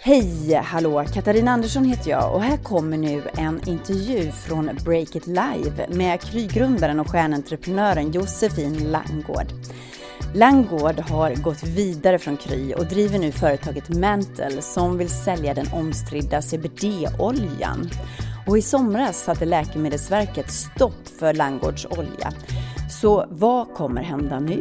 Hej, hallå, Katarina Andersson heter jag och här kommer nu en intervju från Break It Live med Kry-grundaren och stjärnentreprenören Josefin Langgård. Langgård har gått vidare från Kry och driver nu företaget Mantle som vill sälja den omstridda CBD-oljan. Och i somras satte Läkemedelsverket stopp för Langgårds olja. Så vad kommer hända nu?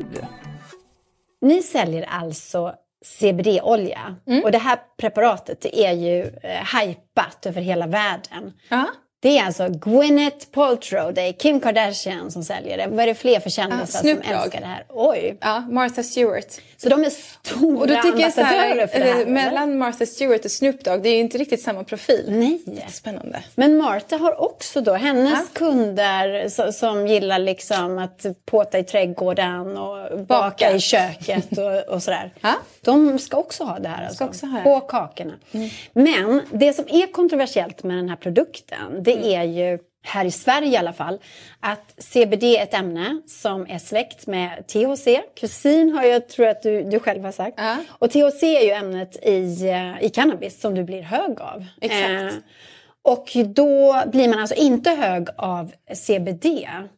Ni säljer alltså CBD-olja. Och det här preparatet är ju hypat över hela världen. Ja. Det är alltså Gwyneth Paltrow, det är Kim Kardashian som säljer det. Vad är det fler för kändisar som älskar det här? Oj! Ja, Martha Stewart. Så de är stora och då tycker jag så här, för det här. mellan Martha Stewart och Snoop Dogg, det är ju inte riktigt samma profil. Nej. Spännande. Men Martha har också då, hennes kunder som gillar liksom att påta i trädgården och baka i köket och sådär. Ja. De ska också ha det här alltså, på kakorna. Men det som är kontroversiellt med den här produkten, det är ju här i Sverige i alla fall, att CBD är ett ämne som är släkt med THC. Kusin har jag tror att du själv har sagt. Och THC är ju ämnet i cannabis som du blir hög av. Exakt. Och då blir man alltså inte hög av CBD.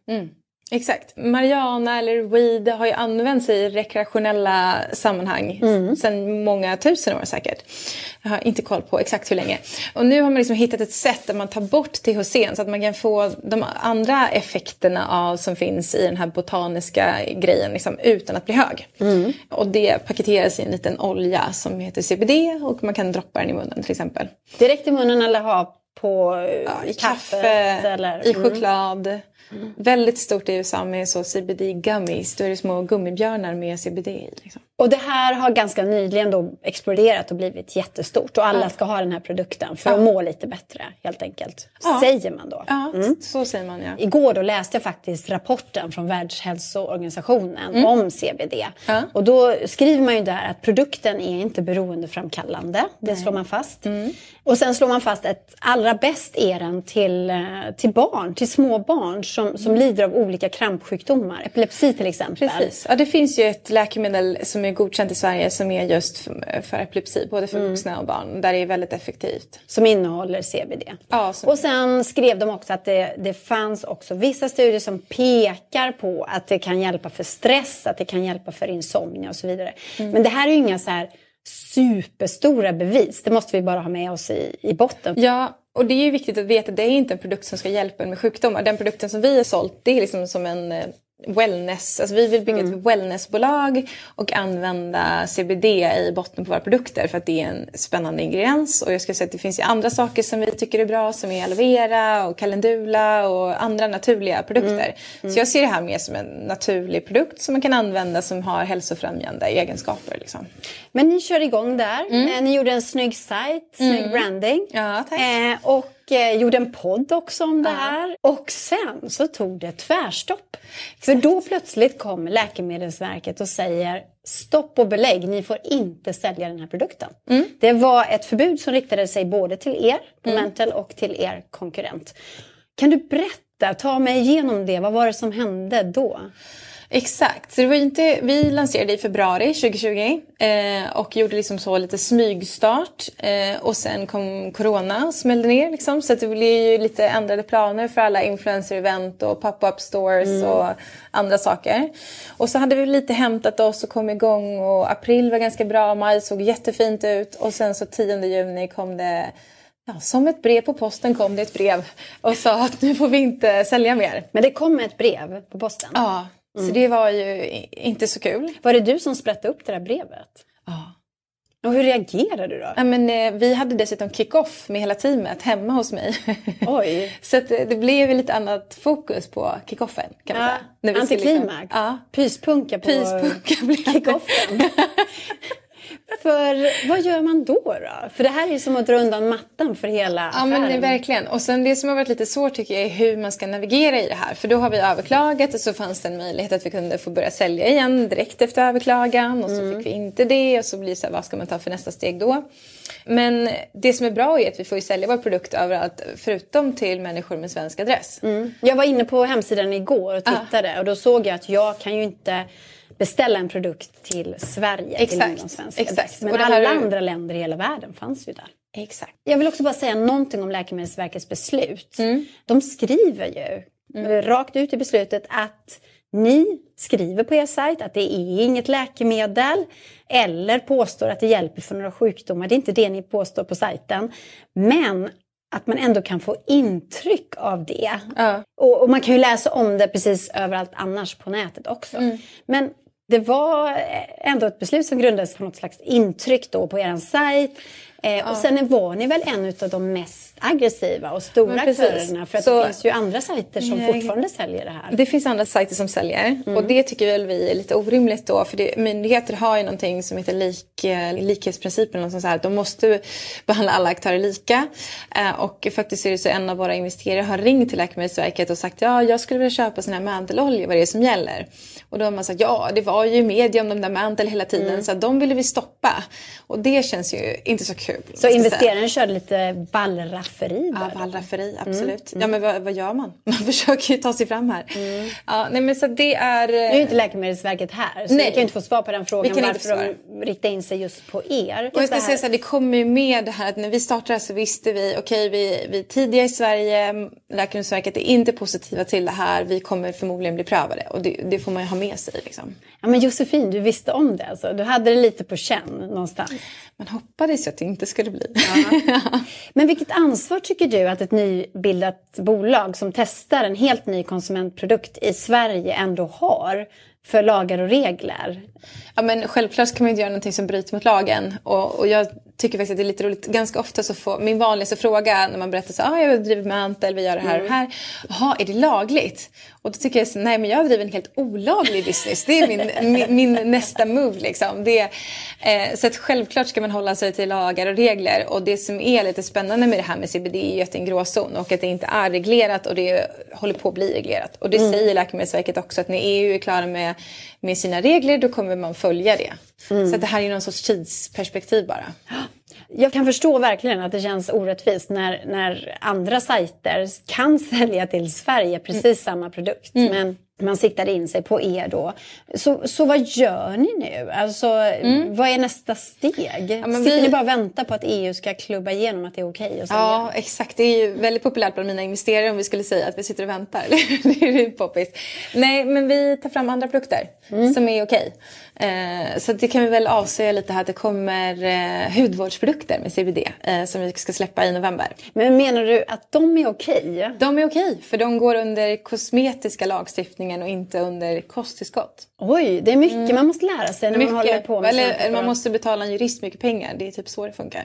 Exakt. Marijuana eller weed har ju använts i rekreationella sammanhang sedan många tusen år säkert. Jag har inte koll på exakt hur länge. Och nu har man liksom hittat ett sätt där man tar bort THC så att man kan få de andra effekterna av som finns i den här botaniska grejen liksom, utan att bli hög. Och det paketeras i en liten olja som heter CBD och man kan droppa den i munnen till exempel. Direkt i munnen eller ha på i kaffe eller i choklad. Väldigt stort i USA med så CBD gummies. Då är det små gummibjörnar med CBD i. Liksom. Och det här har ganska nyligen då exploderat och blivit jättestort. Och alla ska ha den här produkten för att må lite bättre helt enkelt. Säger man då. Ja, så säger man ja. Igår då läste jag faktiskt rapporten från Världshälsoorganisationen om CBD. Och då skriver man ju där att produkten är inte beroendeframkallande. Det slår man fast. Och sen slår man fast att allra bäst är den till barn, till små barn som lider av olika krampsjukdomar. Epilepsi till exempel. Precis. Ja, det finns ju ett läkemedel som är godkänt i Sverige som är just för epilepsi. Både för vuxna och barn. Där det är väldigt effektivt. Som innehåller CBD. Ja, och sen skrev de också att det fanns också vissa studier som pekar på att det kan hjälpa för stress. Att det kan hjälpa för insomnia och så vidare. Men det här är ju inga så här superstora bevis. Det måste vi bara ha med oss i botten. Ja, och det är ju viktigt att veta att det är inte en produkt som ska hjälpa en med sjukdomar. Den produkten som vi har sålt, det är liksom som en wellness. Alltså vi vill bygga ett wellnessbolag och använda CBD i botten på våra produkter för att det är en spännande ingrediens. Och jag ska säga att det finns ju andra saker som vi tycker är bra som är aloe vera och calendula och andra naturliga produkter. Så jag ser det här mer som en naturlig produkt som man kan använda som har hälsofrämjande egenskaper. Liksom. Men ni kör igång där. Ni gjorde en snygg sajt, snygg branding. Ja, tack. Och gjorde en podd också om det här. Och sen så tog det tvärstopp. För då plötsligt kommer Läkemedelsverket och säger stopp och belägg, ni får inte sälja den här produkten. Det var ett förbud som riktade sig både till er på Mantle och till er konkurrent. Kan du berätta, ta mig igenom det, vad var det som hände då? Exakt, så det var inte, vi lanserade i februari 2020 och gjorde liksom så lite smygstart och sen kom corona och smällde ner liksom, så att det blev ju lite ändrade planer för alla influencer-event och pop-up stores och andra saker. Och så hade vi lite hämtat oss och kom igång och april var ganska bra, maj såg jättefint ut och sen så 10 juni kom det. Ja, som ett brev på posten kom det ett brev och sa att nu får vi inte sälja mer. Men det kom ett brev på posten? Ja. Så det var ju inte så kul. Var det du som sprättade upp det där brevet? Ja. Och hur reagerade du då? Ja, men, vi hade dessutom kick-off med hela teamet hemma hos mig. Oj. Så att, det blev lite annat fokus på kick-offen kan man säga. När vi antiklimax. Ja. Pyspunka på kick-offen. För vad gör man då? För det här är ju som att dra undan mattan för hela affären. Ja, men verkligen. Och sen det som har varit lite svårt tycker jag är hur man ska navigera i det här. För då har vi överklagat och så fanns det en möjlighet att vi kunde få börja sälja igen direkt efter överklagan. Och så fick vi inte det och så blir det så här, vad ska man ta för nästa steg då? Men det som är bra är att vi får ju sälja vår produkt överallt förutom till människor med svensk adress. Jag var inne på hemsidan igår och tittade och då såg jag att jag kan ju inte beställa en produkt till Sverige, till de svenska. Exakt. Men alla andra länder i hela världen fanns ju där. Exakt. Jag vill också bara säga någonting om Läkemedelsverkets beslut. De skriver ju rakt ut i beslutet att ni skriver på er sajt att det är inget läkemedel eller påstår att det hjälper för några sjukdomar. Det är inte det ni påstår på sajten. Men att man ändå kan få intryck av det. Och man kan ju läsa om det precis överallt annars på nätet också. Men det var ändå ett beslut som grundades på något slags intryck då på er sajt. Och sen var ni väl en av de mest aggressiva och stora aktörerna. För att det finns ju andra sajter som fortfarande säljer det här. Det finns andra sajter som säljer. Och det tycker väl vi är lite orimligt då. För myndigheter har ju någonting som heter likhetsprincipen. Och så här. De måste behandla alla aktörer lika. Och faktiskt är det så en av våra investerare har ringt till Läkemedelsverket och sagt jag skulle vilja köpa sån här mantelolja. Vad är det som gäller? Och då har man sagt det var ju media om de där mantel hela tiden. Så de ville vi stoppa. Och det känns ju inte så kul. Så investeraren körde lite ballrafferi? Ja, ballrafferi, absolut. Ja, men vad gör man? Man försöker ju ta sig fram här. Ja, nej, men så det är... Nu är ju inte Läkemedelsverket här, så vi kan ju inte få svar på den frågan varför de riktar in sig just på er. Och jag ska säga så här, det kommer ju med det här att när vi startade så visste vi, vi tidiga i Sverige, Läkemedelsverket är inte positiva till det här, vi kommer förmodligen bli prövade. Och det får man ju ha med sig liksom. Ja, men Josefin, du visste om det alltså. Du hade det lite på känn någonstans. Man hoppades ju att det inte skulle bli. Men vilket ansvar tycker du att ett nybildat bolag som testar en helt ny konsumentprodukt i Sverige ändå har för lagar och regler? Ja, men självklart kan man inte göra någonting som bryter mot lagen. Och jag tycker faktiskt att det är lite roligt. Ganska ofta så får min vanligaste fråga när man berättar så jag driver mantel, vi gör det här och här. Jaha, är det lagligt? Och då tycker jag så, nej men jag driver en helt olaglig business. Det är min nästa move liksom. Så att självklart ska man hålla sig till lagar och regler. Och det som är lite spännande med det här med CBD är ju att det är en gråzon. Och att det inte är reglerat och det håller på att bli reglerat. Och det säger Läkemedelsverket också att när EU är klara med sina regler då kommer man följa det. Så att det här är någon sorts tidsperspektiv bara. Jag kan förstå verkligen att det känns orättvist när andra sajter kan sälja till Sverige precis samma produkt. Men man siktade in sig på er då. Så vad gör ni nu? Alltså, vad är nästa steg? Ja, sitter ni bara och väntar på att EU ska klubba igenom att det är okej att sälja? Ja, exakt. Det är ju väldigt populärt bland mina investerare om vi skulle säga att vi sitter och väntar. Det är ju poppis. Nej, men vi tar fram andra produkter som är okej. Så det kan vi väl avslöja lite här att det kommer hudvårdsprodukter med CBD som vi ska släppa i november. Men menar du att de är okej? De är okej, för de går under kosmetiska lagstiftningen och inte under kosttillskott. Oj, det är mycket man måste lära sig när man håller på med eller man måste betala en jurist mycket pengar. Det är typ så det funkar.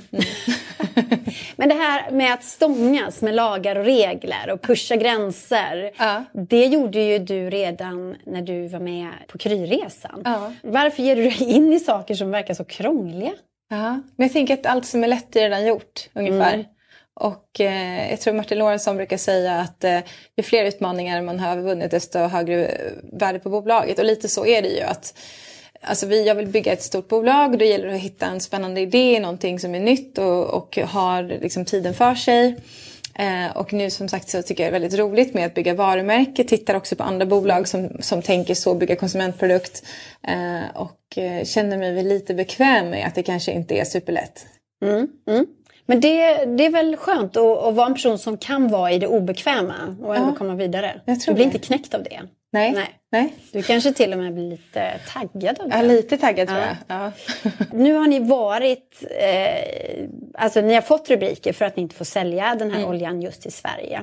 Men det här med att stångas med lagar och regler och pusha gränser. Det gjorde ju du redan när du var med på Kry-resan. Varför ger du dig in i saker som verkar så krångliga? Men jag tänker att allt som är lätt är redan gjort ungefär. Och jag tror Martin Lorentzon brukar säga att ju fler utmaningar man har vunnit desto högre värde på bolaget. Och lite så är det ju att jag vill bygga ett stort bolag och då gäller det att hitta en spännande idé, någonting som är nytt och har liksom tiden för sig. Och nu som sagt så tycker jag det är väldigt roligt med att bygga varumärke. Tittar också på andra bolag som tänker så, bygga konsumentprodukt. Och känner mig väl lite bekväm med att det kanske inte är superlätt. Men det är väl skönt att vara en person som kan vara i det obekväma och ändå komma vidare. Du blir inte knäckt av det. Nej. Du kanske till och med blir lite taggad av det. Ja, lite taggad tror jag. Ja. Nu har ni varit... ni har fått rubriker för att ni inte får sälja den här oljan just i Sverige.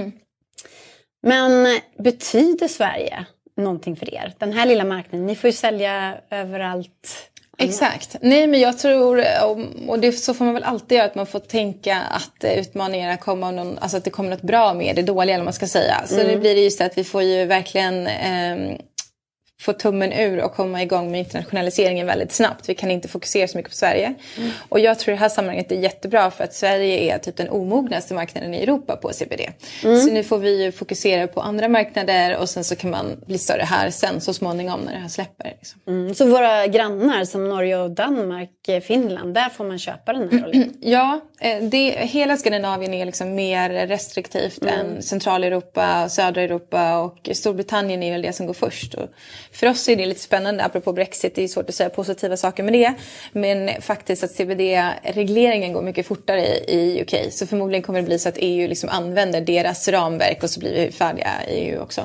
Men betyder Sverige någonting för er? Den här lilla marknaden, ni får ju sälja överallt... Exakt. Nej, men jag tror, och det så får man väl alltid göra, att man får tänka att utmaningarna kommer av någon, alltså att det kommer något bra med det dåliga, eller man ska säga. Så nu blir det just att vi får ju verkligen få tummen ur och komma igång med internationaliseringen väldigt snabbt. Vi kan inte fokusera så mycket på Sverige. Och jag tror det här sammanhanget är jättebra för att Sverige är typ den omognaste marknaden i Europa på CBD. Så nu får vi ju fokusera på andra marknader och sen så kan man bli större här sen så småningom när det här släpper. Liksom. Så våra grannar som Norge och Danmark, Finland, där får man köpa den här oljan? Ja, Hela Skandinavien är liksom mer restriktivt än Centraleuropa och södra Europa, och Storbritannien är väl det som går först. Och för oss är det lite spännande, apropå Brexit, det är svårt att säga positiva saker med det. Men faktiskt att CBD-regleringen går mycket fortare i UK. Så förmodligen kommer det bli så att EU liksom använder deras ramverk och så blir vi färdiga i EU också.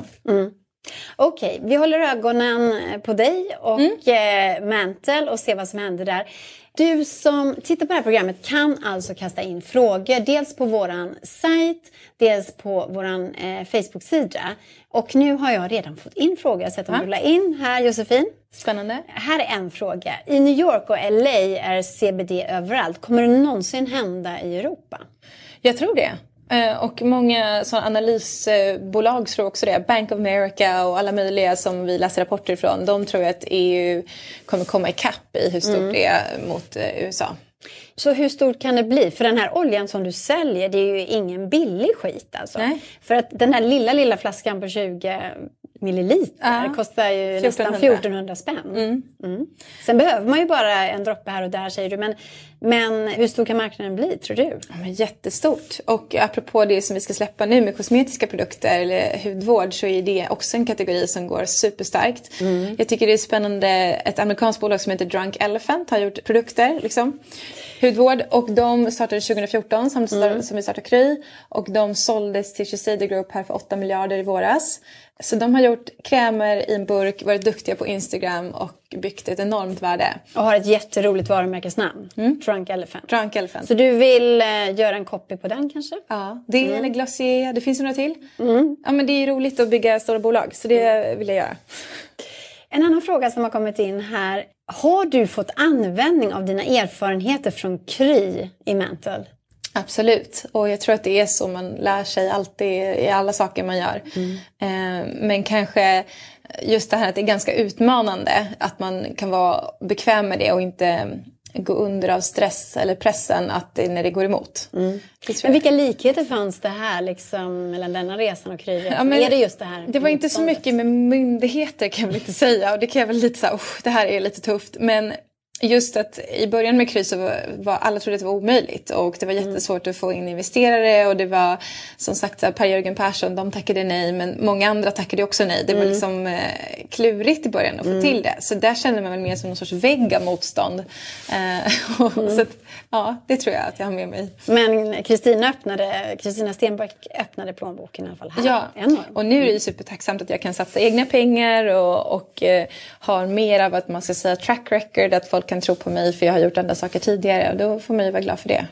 Okej, vi håller ögonen på dig och Mantle och ser vad som händer där. Du som tittar på det här programmet kan alltså kasta in frågor, dels på våran sajt, dels på våran Facebook-sida. Och nu har jag redan fått in frågor, jag har sett dem rulla in här, Josefin. Spännande. Här är en fråga. I New York och LA är CBD överallt. Kommer det någonsin hända i Europa? Jag tror det. Och många sådana analysbolag tror också det. Bank of America och alla möjliga som vi läser rapporter ifrån. De tror att EU kommer komma ikapp i hur stort det är mot USA. Så hur stort kan det bli? För den här oljan som du säljer, det är ju ingen billig skit alltså. Nej. För att den här lilla flaskan på 20 milliliter kostar ju nästan 1400 spänn. Sen behöver man ju bara en droppe här och där, säger du. Men hur stor kan marknaden bli, tror du? Ja, men jättestort. Och apropå det som vi ska släppa nu med kosmetiska produkter eller hudvård, så är det också en kategori som går superstarkt. Jag tycker det är spännande. Ett amerikanskt bolag som heter Drunk Elephant har gjort produkter, liksom. Hudvård, och de startade 2014 som vi startade Kry, och de såldes till Shiseido Group här för 8 miljarder i våras. Så de har gjort krämer i en burk, varit duktiga på Instagram och byggt ett enormt värde. Och har ett jätteroligt varumärkesnamn. Drunk Elephant. Drunk Elephant. Så du vill göra en copy på den kanske? Ja, det eller Glossier, det finns några till. Ja, men det är roligt att bygga stora bolag, så det vill jag göra. En annan fråga som har kommit in här. Har du fått användning av dina erfarenheter från Kry i Mantle? Absolut, och jag tror att det är så man lär sig alltid i alla saker man gör. Men kanske just det här att det är ganska utmanande, att man kan vara bekväm med det och inte gå under av stress eller pressen när det går emot. Men vilka likheter fanns det här liksom, mellan denna resan och Kry? Ja, är det just det här? Det var inte så mycket med myndigheter, kan jag väl inte säga, och det kan jag väl lite så det här är lite tufft, men just att i början med Kry så var alla trodde att det var omöjligt, och det var jättesvårt att få in investerare, och det var som sagt Per-Jörgen Persson, de tackade nej, men många andra tackade också nej. Det var liksom klurigt i början att få till det, så där kände man väl mer som någon sorts vägg av motstånd. Så att, ja, det tror jag att jag har med mig. Men Kristina Stenbeck öppnade plånboken i alla fall här. Ja, och nu är det ju supertacksamt att jag kan satsa egna pengar och har mer av att man ska säga track record, att folk kan tro på mig för jag har gjort andra saker tidigare, och då får man ju vara glad för det.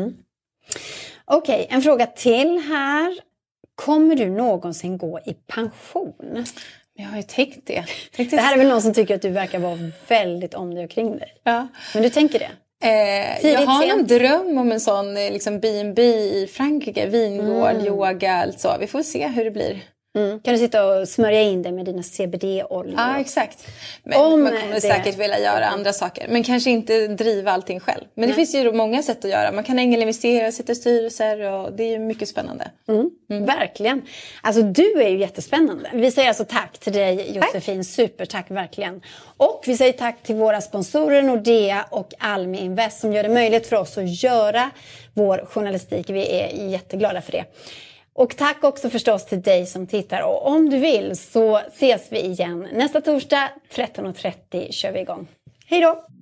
Okej, en fråga till här. Kommer du någonsin gå i pension? Jag har ju tänkt det. Det här är väl någon som tycker att du verkar vara väldigt om dig och kring dig. Ja. Men du tänker det? Jag har en dröm om en sån liksom B&B i Frankrike, vingård, yoga, alltså. Vi får se hur det blir. Kan du sitta och smörja in det med dina CBD-oljor? Ja, exakt. Men man kommer säkert vilja göra andra saker. Men kanske inte driva allting själv. Men det finns ju många sätt att göra. Man kan ängelinvestera, sitta i styrelser, och det är ju mycket spännande. Verkligen. Alltså du är ju jättespännande. Vi säger alltså tack till dig, Josefin. Supertack verkligen. Och vi säger tack till våra sponsorer Nordea och Almi Invest som gör det möjligt för oss att göra vår journalistik. Vi är jätteglada för det. Och tack också förstås till dig som tittar. Och om du vill så ses vi igen nästa torsdag 13:30 kör vi igång. Hej då!